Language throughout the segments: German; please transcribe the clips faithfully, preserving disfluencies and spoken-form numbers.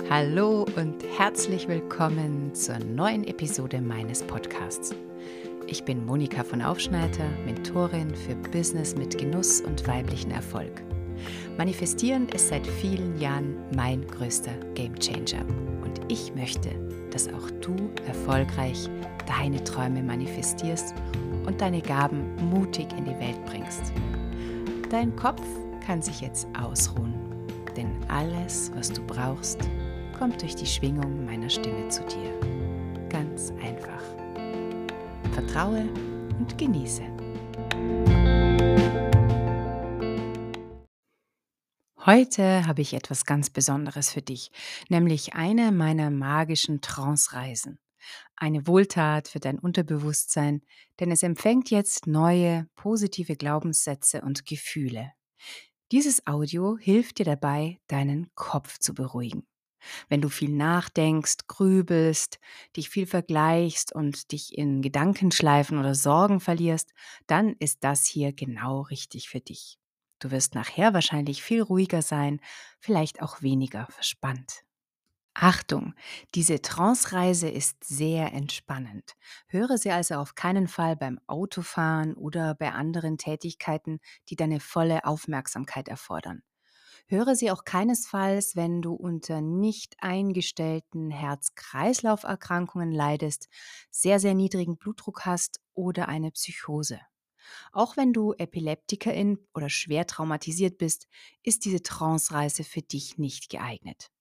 Hallo und herzlich willkommen zur neuen Episode meines Podcasts. Ich bin Monika von Aufschneider, Mentorin für Business mit Genuss und weiblichen Erfolg. Manifestieren ist seit vielen Jahren mein größter Gamechanger und ich möchte, dass auch du erfolgreich deine Träume manifestierst und deine Gaben mutig in die Welt bringst. Dein Kopf kann sich jetzt ausruhen, denn alles, was du brauchst, kommt durch die Schwingung meiner Stimme zu dir. Ganz einfach. Vertraue und genieße. Heute habe ich etwas ganz Besonderes für dich, nämlich eine meiner magischen Trance-Reisen. Eine Wohltat für dein Unterbewusstsein, denn es empfängt jetzt neue, positive Glaubenssätze und Gefühle. Dieses Audio hilft dir dabei, deinen Kopf zu beruhigen. Wenn du viel nachdenkst, grübelst, dich viel vergleichst und dich in Gedankenschleifen oder Sorgen verlierst, dann ist das hier genau richtig für dich. Du wirst nachher wahrscheinlich viel ruhiger sein, vielleicht auch weniger verspannt. Achtung, diese Trance-Reise ist sehr entspannend. Höre sie also auf keinen Fall beim Autofahren oder bei anderen Tätigkeiten, die deine volle Aufmerksamkeit erfordern. Höre sie auch keinesfalls, wenn du unter nicht eingestellten Herz-Kreislauf-Erkrankungen leidest, sehr, sehr niedrigen Blutdruck hast oder eine Psychose. Auch wenn du Epileptikerin oder schwer traumatisiert bist, ist diese Trance-Reise für dich nicht geeignet.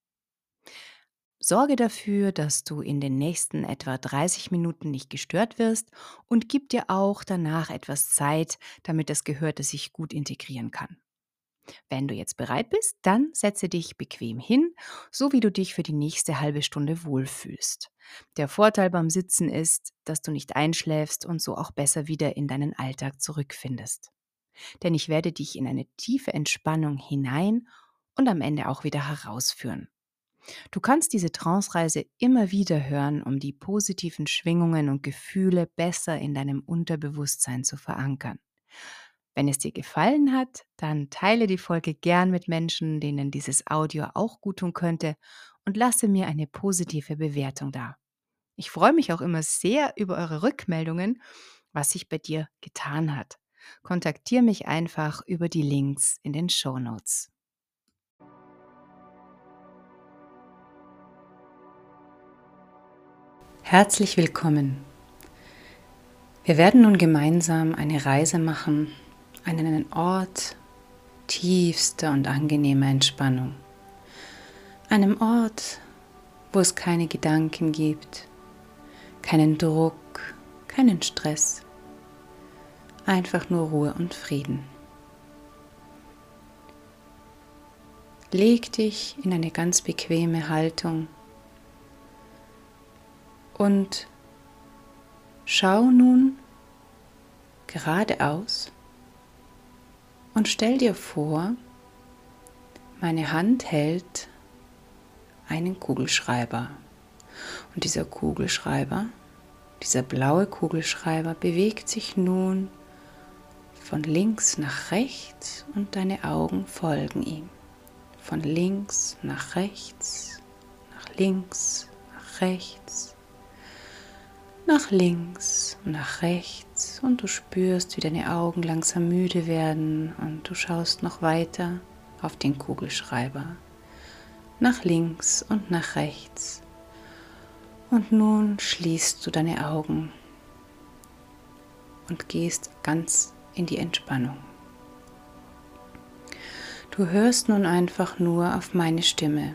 Sorge dafür, dass du in den nächsten etwa dreißig Minuten nicht gestört wirst und gib dir auch danach etwas Zeit, damit das Gehörte sich gut integrieren kann. Wenn du jetzt bereit bist, dann setze dich bequem hin, so wie du dich für die nächste halbe Stunde wohlfühlst. Der Vorteil beim Sitzen ist, dass du nicht einschläfst und so auch besser wieder in deinen Alltag zurückfindest. Denn ich werde dich in eine tiefe Entspannung hinein und am Ende auch wieder herausführen. Du kannst diese Trance-Reise immer wieder hören, um die positiven Schwingungen und Gefühle besser in deinem Unterbewusstsein zu verankern. Wenn es dir gefallen hat, dann teile die Folge gern mit Menschen, denen dieses Audio auch gut tun könnte und lasse mir eine positive Bewertung da. Ich freue mich auch immer sehr über eure Rückmeldungen, was sich bei dir getan hat. Kontaktiere mich einfach über die Links in den Shownotes. Herzlich willkommen. Wir werden nun gemeinsam eine Reise machen an einen Ort tiefster und angenehmer Entspannung. Einem Ort, wo es keine Gedanken gibt, keinen Druck, keinen Stress, einfach nur Ruhe und Frieden. Leg dich in eine ganz bequeme Haltung und schau nun geradeaus und stell dir vor, meine Hand hält einen Kugelschreiber. Und dieser Kugelschreiber, dieser blaue Kugelschreiber bewegt sich nun von links nach rechts und deine Augen folgen ihm. Von links nach rechts, nach links, nach rechts, nach links und nach rechts und du spürst, wie deine Augen langsam müde werden und du schaust noch weiter auf den Kugelschreiber, nach links und nach rechts und nun schließt du deine Augen und gehst ganz in die Entspannung. Du hörst nun einfach nur auf meine Stimme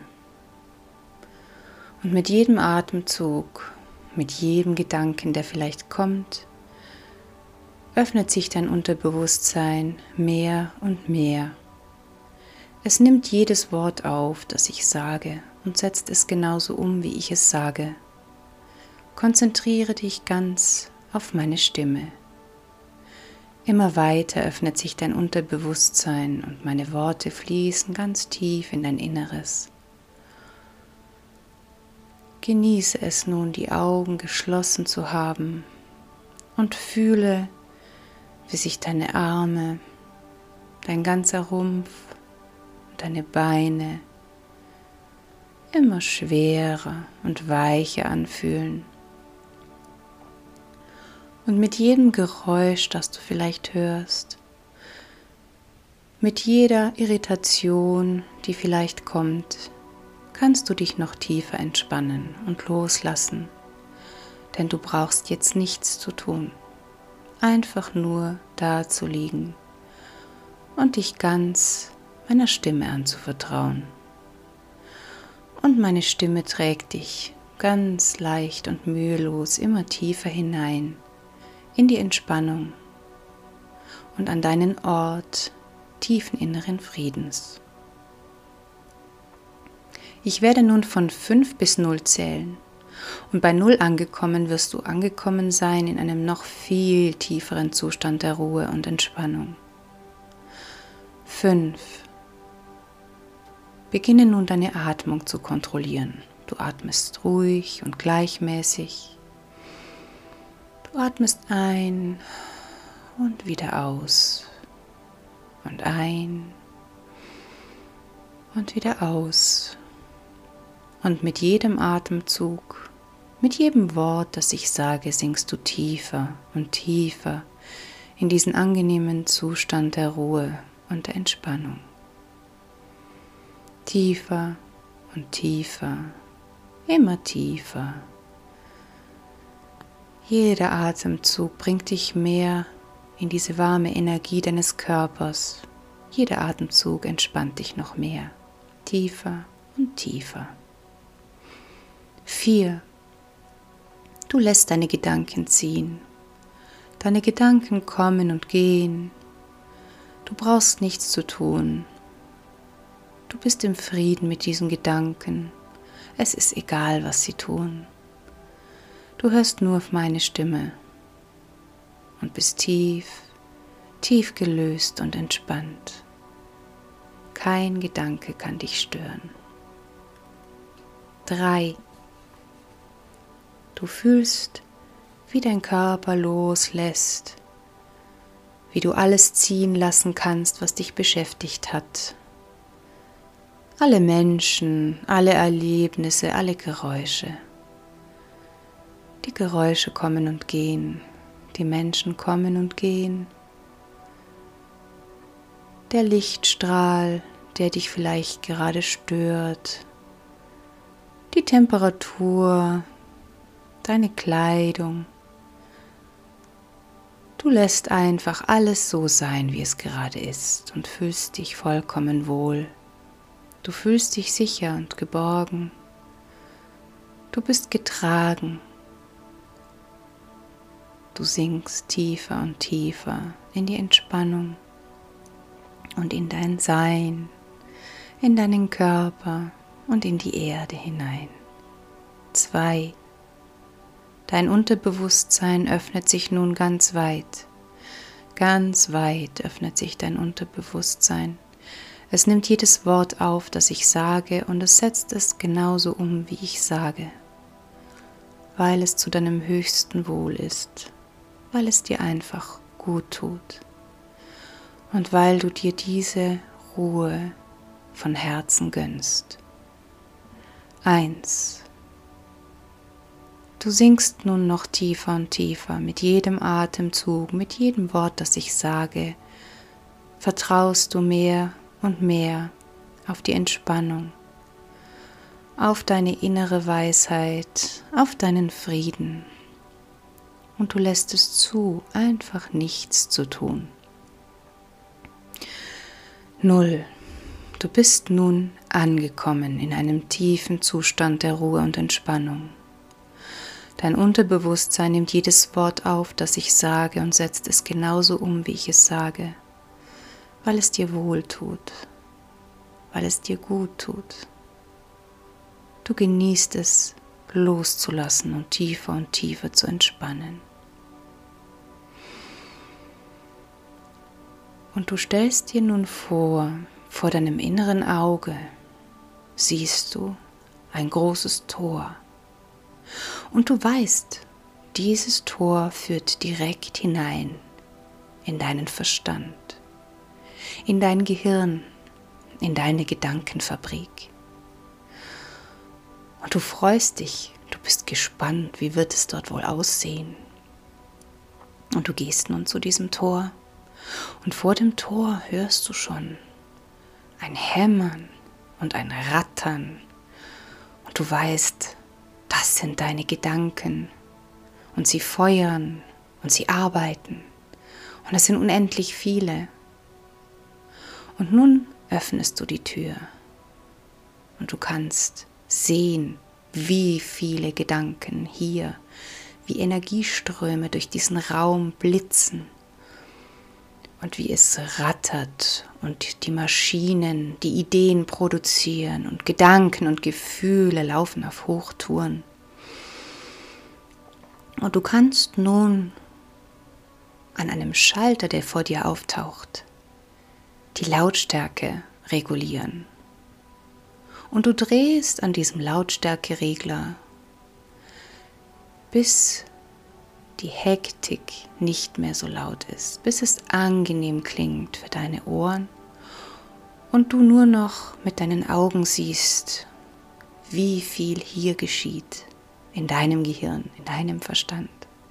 und mit jedem Atemzug, mit jedem Gedanken, der vielleicht kommt, öffnet sich dein Unterbewusstsein mehr und mehr. Es nimmt jedes Wort auf, das ich sage, und setzt es genauso um, wie ich es sage. Konzentriere dich ganz auf meine Stimme. Immer weiter öffnet sich dein Unterbewusstsein und meine Worte fließen ganz tief in dein Inneres. Genieße es nun, die Augen geschlossen zu haben und fühle, wie sich deine Arme, dein ganzer Rumpf, deine Beine immer schwerer und weicher anfühlen. Und mit jedem Geräusch, das du vielleicht hörst, mit jeder Irritation, die vielleicht kommt, kannst du dich noch tiefer entspannen und loslassen, denn du brauchst jetzt nichts zu tun, einfach nur da zu liegen und dich ganz meiner Stimme anzuvertrauen. Und meine Stimme trägt dich ganz leicht und mühelos immer tiefer hinein in die Entspannung und an deinen Ort tiefen inneren Friedens. Ich werde nun von fünf bis null zählen und bei null angekommen wirst du angekommen sein in einem noch viel tieferen Zustand der Ruhe und Entspannung. fünf. Beginne nun deine Atmung zu kontrollieren. Du atmest ruhig und gleichmäßig. Du atmest ein und wieder aus und ein und wieder aus. Und mit jedem Atemzug, mit jedem Wort, das ich sage, sinkst du tiefer und tiefer in diesen angenehmen Zustand der Ruhe und der Entspannung. Tiefer und tiefer, immer tiefer. Jeder Atemzug bringt dich mehr in diese warme Energie deines Körpers. Jeder Atemzug entspannt dich noch mehr, tiefer und tiefer. Vier. Du lässt deine Gedanken ziehen. Deine Gedanken kommen und gehen. Du brauchst nichts zu tun. Du bist im Frieden mit diesen Gedanken. Es ist egal, was sie tun. Du hörst nur auf meine Stimme und bist tief, tief gelöst und entspannt. Kein Gedanke kann dich stören. Drei. Du fühlst, wie dein Körper loslässt, wie du alles ziehen lassen kannst, was dich beschäftigt hat. Alle Menschen, alle Erlebnisse, alle Geräusche. Die Geräusche kommen und gehen, die Menschen kommen und gehen. Der Lichtstrahl, der dich vielleicht gerade stört, die Temperatur, deine Kleidung. Du lässt einfach alles so sein, wie es gerade ist und fühlst dich vollkommen wohl. Du fühlst dich sicher und geborgen. Du bist getragen. Du sinkst tiefer und tiefer in die Entspannung und in dein Sein, in deinen Körper und in die Erde hinein. Zwei. Dein Unterbewusstsein öffnet sich nun ganz weit. Ganz weit öffnet sich dein Unterbewusstsein. Es nimmt jedes Wort auf, das ich sage, und es setzt es genauso um, wie ich sage, weil es zu deinem höchsten Wohl ist, weil es dir einfach gut tut und weil du dir diese Ruhe von Herzen gönnst. Eins. Du sinkst nun noch tiefer und tiefer mit jedem Atemzug, mit jedem Wort, das ich sage, vertraust du mehr und mehr auf die Entspannung, auf deine innere Weisheit, auf deinen Frieden. Und du lässt es zu, einfach nichts zu tun. Null. Du bist nun angekommen in einem tiefen Zustand der Ruhe und Entspannung. Dein Unterbewusstsein nimmt jedes Wort auf, das ich sage, und setzt es genauso um, wie ich es sage, weil es dir wohl tut, weil es dir gut tut. Du genießt es, loszulassen und tiefer und tiefer zu entspannen. Und du stellst dir nun vor, vor deinem inneren Auge siehst du ein großes Tor. Und du weißt, dieses Tor führt direkt hinein in deinen Verstand, in dein Gehirn, in deine Gedankenfabrik. Und du freust dich, du bist gespannt, wie wird es dort wohl aussehen. Und du gehst nun zu diesem Tor und vor dem Tor hörst du schon ein Hämmern und ein Rattern. Und du weißt, das sind deine Gedanken und sie feuern und sie arbeiten und es sind unendlich viele. Und nun öffnest du die Tür und du kannst sehen, wie viele Gedanken hier, wie Energieströme durch diesen Raum blitzen und wie es rattert und die Maschinen, die Ideen produzieren und Gedanken und Gefühle laufen auf Hochtouren. Und du kannst nun an einem Schalter, der vor dir auftaucht, die Lautstärke regulieren. Und du drehst an diesem Lautstärkeregler, bis die Hektik nicht mehr so laut ist, bis es angenehm klingt für deine Ohren und du nur noch mit deinen Augen siehst, wie viel hier geschieht in deinem Gehirn, in deinem Verstand.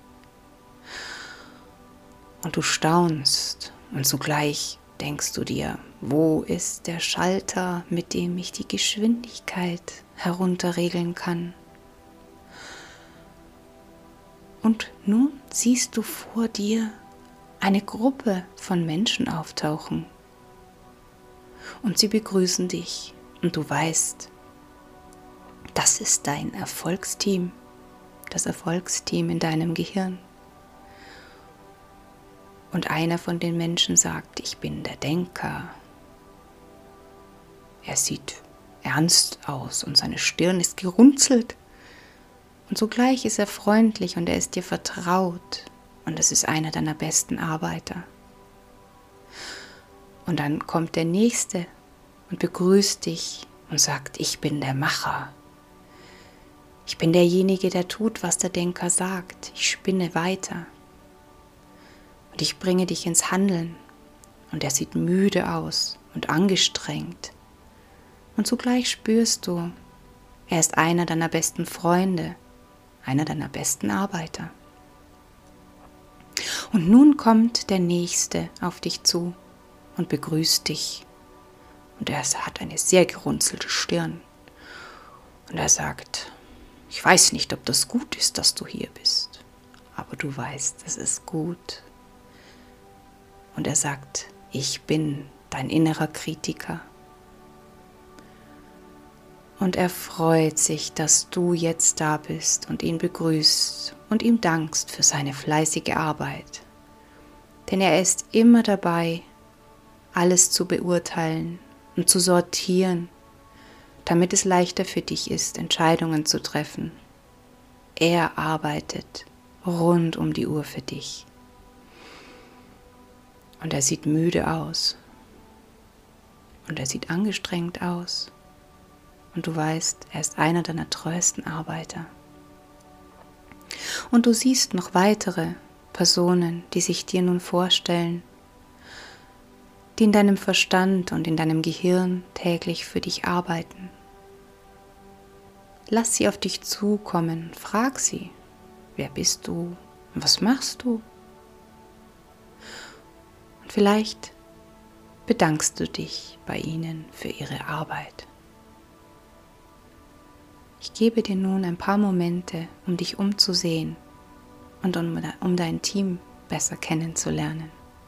Und du staunst und zugleich denkst du dir, wo ist der Schalter, mit dem ich die Geschwindigkeit herunterregeln kann? Und nun siehst du vor dir eine Gruppe von Menschen auftauchen. Und sie begrüßen dich und du weißt, das ist dein Erfolgsteam, das Erfolgsteam in deinem Gehirn. Und einer von den Menschen sagt, ich bin der Denker. Er sieht ernst aus und seine Stirn ist gerunzelt. Und zugleich ist er freundlich und er ist dir vertraut. Und es ist einer deiner besten Arbeiter. Und dann kommt der Nächste und begrüßt dich und sagt, ich bin der Macher. Ich bin derjenige, der tut, was der Denker sagt. Ich spinne weiter. Und ich bringe dich ins Handeln. Und er sieht müde aus und angestrengt. Und zugleich spürst du, er ist einer deiner besten Freunde, einer deiner besten Arbeiter. Und nun kommt der Nächste auf dich zu und begrüßt dich. Und er hat eine sehr gerunzelte Stirn. Und er sagt, ich weiß nicht, ob das gut ist, dass du hier bist. Aber du weißt, es ist gut. Und er sagt, ich bin dein innerer Kritiker. Und er freut sich, dass du jetzt da bist und ihn begrüßt und ihm dankst für seine fleißige Arbeit. Denn er ist immer dabei, alles zu beurteilen und zu sortieren, damit es leichter für dich ist, Entscheidungen zu treffen. Er arbeitet rund um die Uhr für dich. Und er sieht müde aus. Und er sieht angestrengt aus. Und du weißt, er ist einer deiner treuesten Arbeiter. Und du siehst noch weitere Personen, die sich dir nun vorstellen, die in deinem Verstand und in deinem Gehirn täglich für dich arbeiten. Lass sie auf dich zukommen, frag sie, wer bist du und was machst du? Und vielleicht bedankst du dich bei ihnen für ihre Arbeit. Ich gebe dir nun ein paar Momente, um dich umzusehen und um, um dein Team besser kennenzulernen.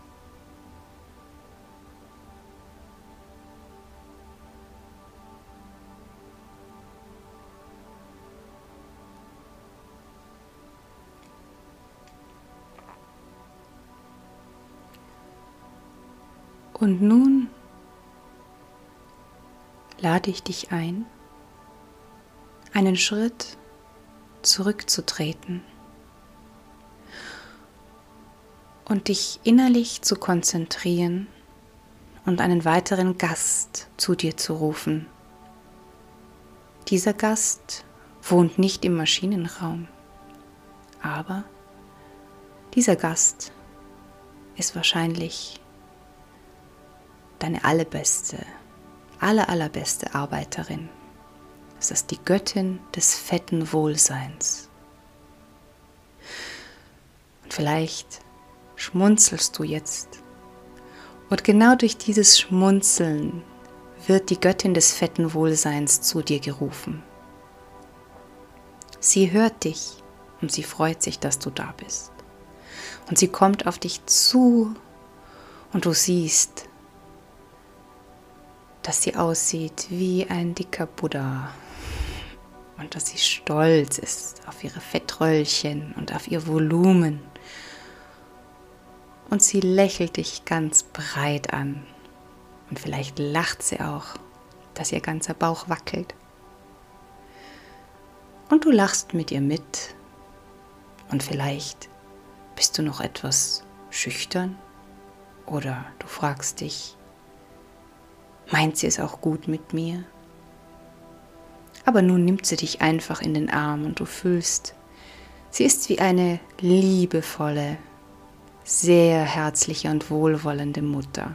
Und nun lade ich dich ein, einen Schritt zurückzutreten und dich innerlich zu konzentrieren und einen weiteren Gast zu dir zu rufen. Dieser Gast wohnt nicht im Maschinenraum, aber dieser Gast ist wahrscheinlich deine allerbeste, aller, allerbeste Arbeiterin. Es ist die Göttin des fetten Wohlseins. Und vielleicht schmunzelst du jetzt. Und genau durch dieses Schmunzeln wird die Göttin des fetten Wohlseins zu dir gerufen. Sie hört dich und sie freut sich, dass du da bist. Und sie kommt auf dich zu und du siehst, dass sie aussieht wie ein dicker Buddha und dass sie stolz ist auf ihre Fettröllchen und auf ihr Volumen. Und sie lächelt dich ganz breit an und vielleicht lacht sie auch, dass ihr ganzer Bauch wackelt. Und du lachst mit ihr mit und vielleicht bist du noch etwas schüchtern oder du fragst dich, meint sie es auch gut mit mir? Aber nun nimmt sie dich einfach in den Arm und du fühlst, sie ist wie eine liebevolle, sehr herzliche und wohlwollende Mutter.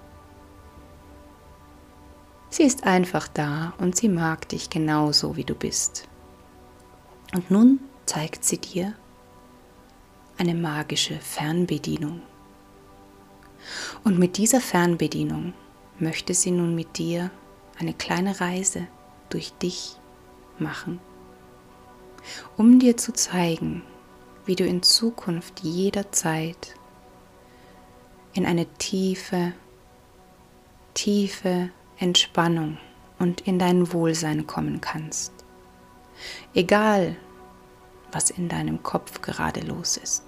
Sie ist einfach da und sie mag dich genauso, wie du bist. Und nun zeigt sie dir eine magische Fernbedienung. Und mit dieser Fernbedienung möchte sie nun mit dir eine kleine Reise durch dich machen, um dir zu zeigen, wie du in Zukunft jederzeit in eine tiefe, tiefe Entspannung und in dein Wohlsein kommen kannst. Egal, was in deinem Kopf gerade los ist.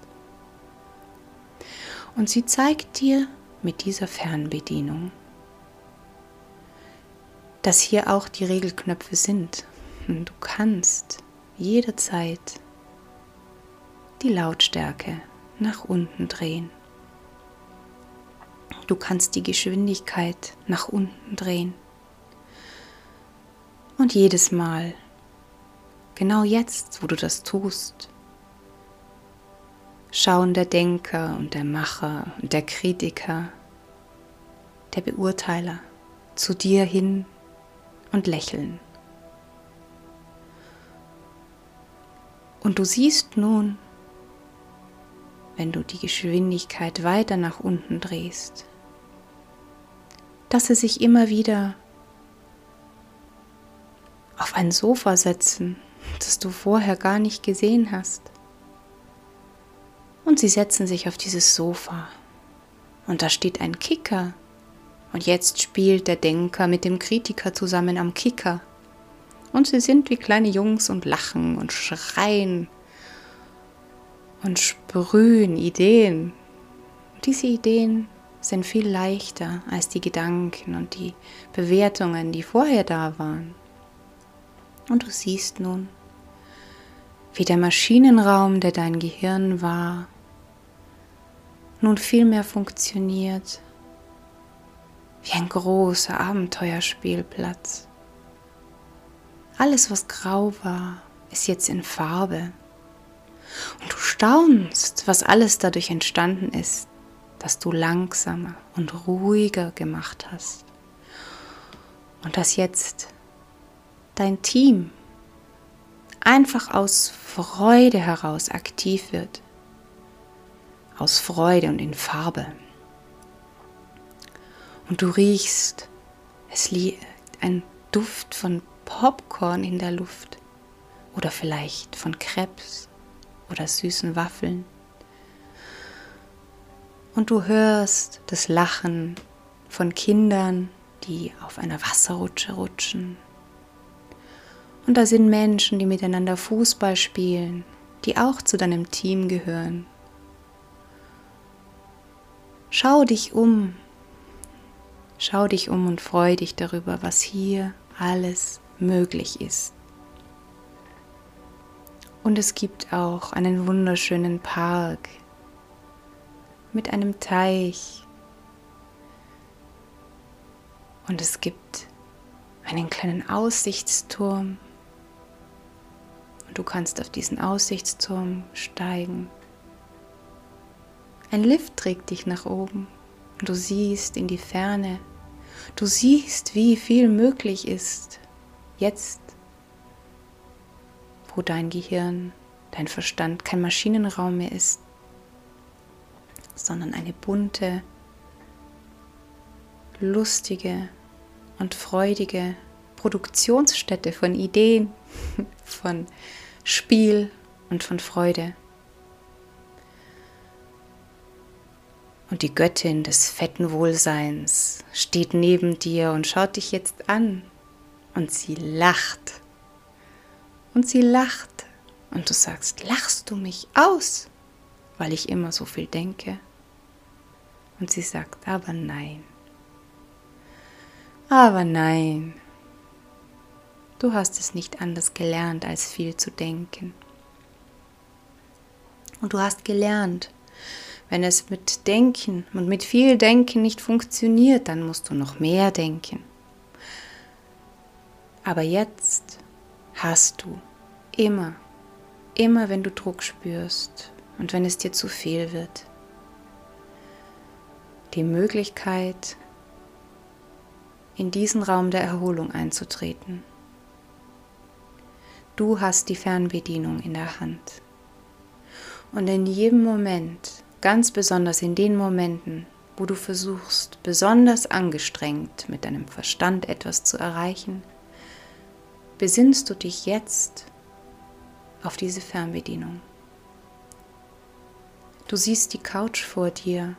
Und sie zeigt dir mit dieser Fernbedienung, dass hier auch die Regelknöpfe sind. Und du kannst jederzeit die Lautstärke nach unten drehen. Du kannst die Geschwindigkeit nach unten drehen. Und jedes Mal, genau jetzt, wo du das tust, schauen der Denker und der Macher und der Kritiker, der Beurteiler zu dir hin und lächeln. Und du siehst nun, wenn du die Geschwindigkeit weiter nach unten drehst, dass sie sich immer wieder auf ein Sofa setzen, das du vorher gar nicht gesehen hast. Und sie setzen sich auf dieses Sofa und da steht ein Kicker und jetzt spielt der Denker mit dem Kritiker zusammen am Kicker und sie sind wie kleine Jungs und lachen und schreien und sprühen Ideen. Und diese Ideen sind viel leichter als die Gedanken und die Bewertungen, die vorher da waren. Und du siehst nun, wie der Maschinenraum, der dein Gehirn war, nun viel mehr funktioniert, wie ein großer Abenteuerspielplatz. Alles, was grau war, ist jetzt in Farbe. Und du staunst, was alles dadurch entstanden ist, dass du langsamer und ruhiger gemacht hast. Und dass jetzt dein Team einfach aus Freude heraus aktiv wird. Aus Freude und in Farbe. Und du riechst, es liegt ein Duft von Popcorn in der Luft. Oder vielleicht von Crepes oder süßen Waffeln. Und du hörst das Lachen von Kindern, die auf einer Wasserrutsche rutschen. Und da sind Menschen, die miteinander Fußball spielen, die auch zu deinem Team gehören. Schau dich um. Schau dich um und freu dich darüber, was hier alles möglich ist. Und es gibt auch einen wunderschönen Park mit einem Teich. Und es gibt einen kleinen Aussichtsturm. Und du kannst auf diesen Aussichtsturm steigen. Ein Lift trägt dich nach oben und du siehst in die Ferne. Du siehst, wie viel möglich ist, jetzt wo dein Gehirn, dein Verstand kein Maschinenraum mehr ist, sondern eine bunte, lustige und freudige Produktionsstätte von Ideen, von Spiel und von Freude. Und die Göttin des fetten Wohlseins steht neben dir und schaut dich jetzt an. Und sie lacht. Und sie lacht. Und du sagst, lachst du mich aus, weil ich immer so viel denke? Und sie sagt, aber nein. Aber nein. Du hast es nicht anders gelernt, als viel zu denken. Und du hast gelernt, wenn es mit Denken und mit viel Denken nicht funktioniert, dann musst du noch mehr denken. Aber jetzt hast du immer, immer wenn du Druck spürst und wenn es dir zu viel wird, die Möglichkeit, in diesen Raum der Erholung einzutreten. Du hast die Fernbedienung in der Hand. Und in jedem Moment, ganz besonders in den Momenten, wo du versuchst, besonders angestrengt mit deinem Verstand etwas zu erreichen, besinnst du dich jetzt auf diese Fernbedienung. Du siehst die Couch vor dir.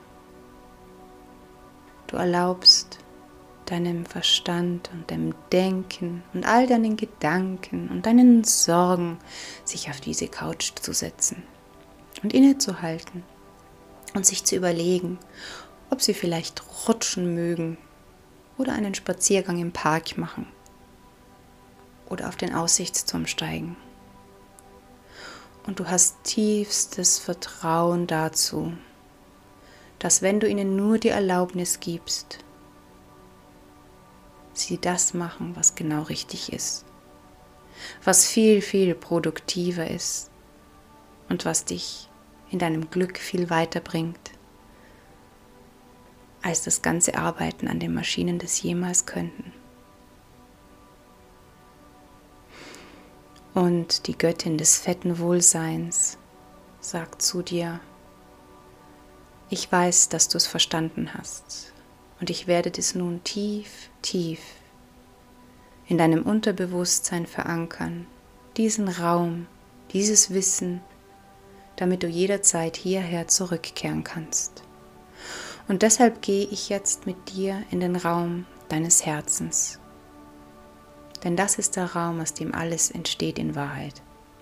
Du erlaubst deinem Verstand und deinem Denken und all deinen Gedanken und deinen Sorgen, sich auf diese Couch zu setzen und innezuhalten und sich zu überlegen, ob sie vielleicht rutschen mögen oder einen Spaziergang im Park machen oder auf den Aussichtsturm steigen. Und du hast tiefstes Vertrauen dazu, dass wenn du ihnen nur die Erlaubnis gibst, sie das machen, was genau richtig ist, was viel, viel produktiver ist und was dich in deinem Glück viel weiterbringt, als das ganze Arbeiten an den Maschinen das jemals könnten. Und die Göttin des fetten Wohlseins sagt zu dir, ich weiß, dass du es verstanden hast und ich werde das nun tief, tief in deinem Unterbewusstsein verankern, diesen Raum, dieses Wissen, damit du jederzeit hierher zurückkehren kannst. Und deshalb gehe ich jetzt mit dir in den Raum deines Herzens. Denn das ist der Raum, aus dem alles entsteht in Wahrheit.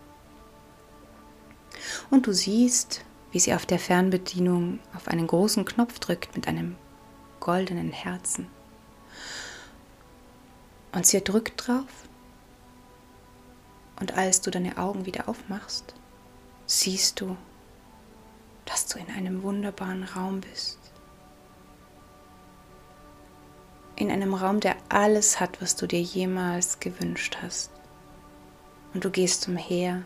Und du siehst, wie sie auf der Fernbedienung auf einen großen Knopf drückt mit einem goldenen Herzen. Und sie drückt drauf. Und als du deine Augen wieder aufmachst, siehst du, dass du in einem wunderbaren Raum bist. In einem Raum, der alles hat, was du dir jemals gewünscht hast. Und du gehst umher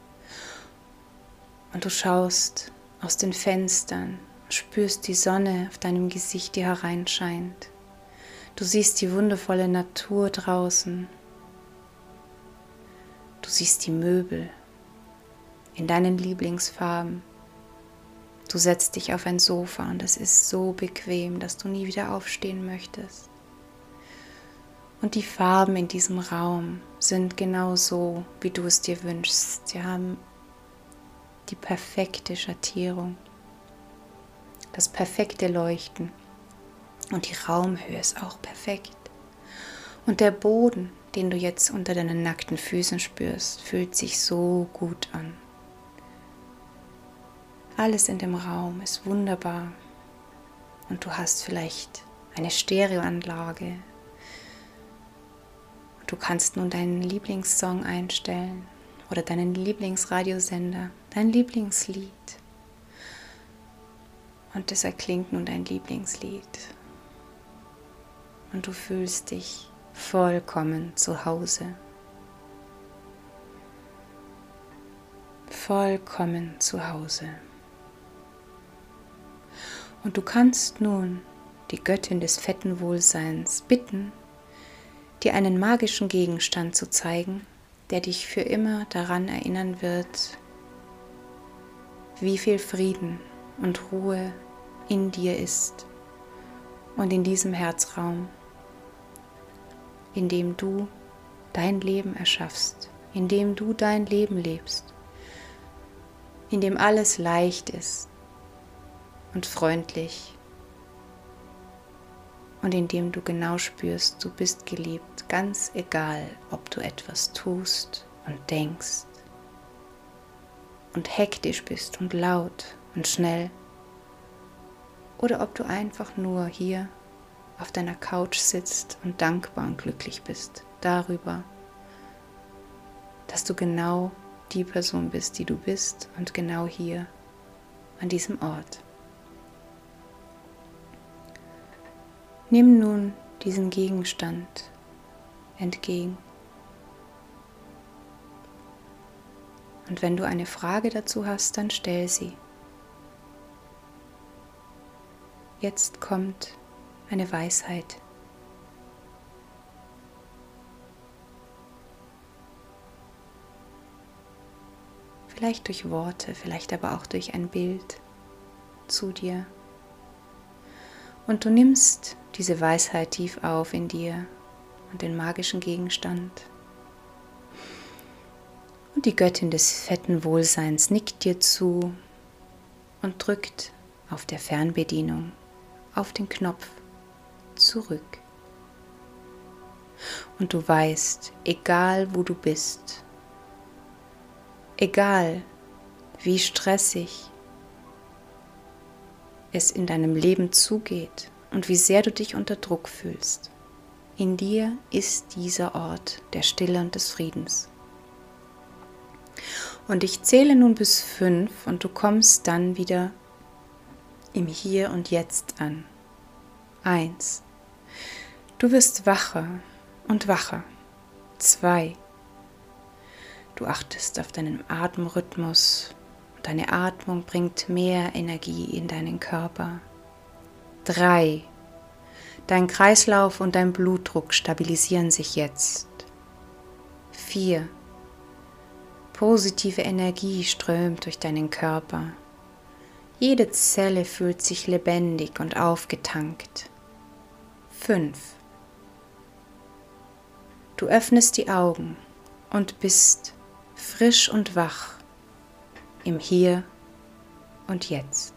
und du schaust aus den Fenstern, spürst die Sonne auf deinem Gesicht, die hereinscheint. Du siehst die wundervolle Natur draußen. Du siehst die Möbel in deinen Lieblingsfarben. Du setzt dich auf ein Sofa und es ist so bequem, dass du nie wieder aufstehen möchtest. Und die Farben in diesem Raum sind genau so, wie du es dir wünschst. Sie haben die perfekte Schattierung, das perfekte Leuchten und die Raumhöhe ist auch perfekt. Und der Boden, den du jetzt unter deinen nackten Füßen spürst, fühlt sich so gut an. Alles in dem Raum ist wunderbar und du hast vielleicht eine Stereoanlage. Du kannst nun deinen Lieblingssong einstellen oder deinen Lieblingsradiosender, dein Lieblingslied. Und es erklingt nun dein Lieblingslied. Und du fühlst dich vollkommen zu Hause. Vollkommen zu Hause. Und du kannst nun die Göttin des fetten Wohlseins bitten, dir einen magischen Gegenstand zu zeigen, der dich für immer daran erinnern wird, wie viel Frieden und Ruhe in dir ist und in diesem Herzraum, in dem du dein Leben erschaffst, in dem du dein Leben lebst, in dem alles leicht ist und freundlich und in dem du genau spürst, du bist geliebt, ganz egal, ob du etwas tust und denkst und hektisch bist und laut und schnell oder ob du einfach nur hier auf deiner Couch sitzt und dankbar und glücklich bist darüber, dass du genau die Person bist, die du bist und genau hier an diesem Ort. Nimm nun diesen Gegenstand entgegen. Und wenn du eine Frage dazu hast, dann stell sie. Jetzt kommt eine Weisheit. Vielleicht durch Worte, vielleicht aber auch durch ein Bild zu dir. Und du nimmst diese Weisheit tief auf in dir und den magischen Gegenstand. Und die Göttin des fetten Wohlseins nickt dir zu und drückt auf der Fernbedienung auf den Knopf zurück. Und du weißt, egal wo du bist, egal wie stressig es in deinem Leben zugeht und wie sehr du dich unter Druck fühlst, in dir ist dieser Ort der Stille und des Friedens. Und ich zähle nun bis fünf und du kommst dann wieder im Hier und Jetzt an. Eins. Du wirst wacher und wacher. Zwei. Du achtest auf deinen Atemrhythmus. Deine Atmung bringt mehr Energie in deinen Körper. Drei. Dein Kreislauf und dein Blutdruck stabilisieren sich jetzt. Vier. Positive Energie strömt durch deinen Körper. Jede Zelle fühlt sich lebendig und aufgetankt. Fünf. Du öffnest die Augen und bist frisch und wach im Hier und Jetzt.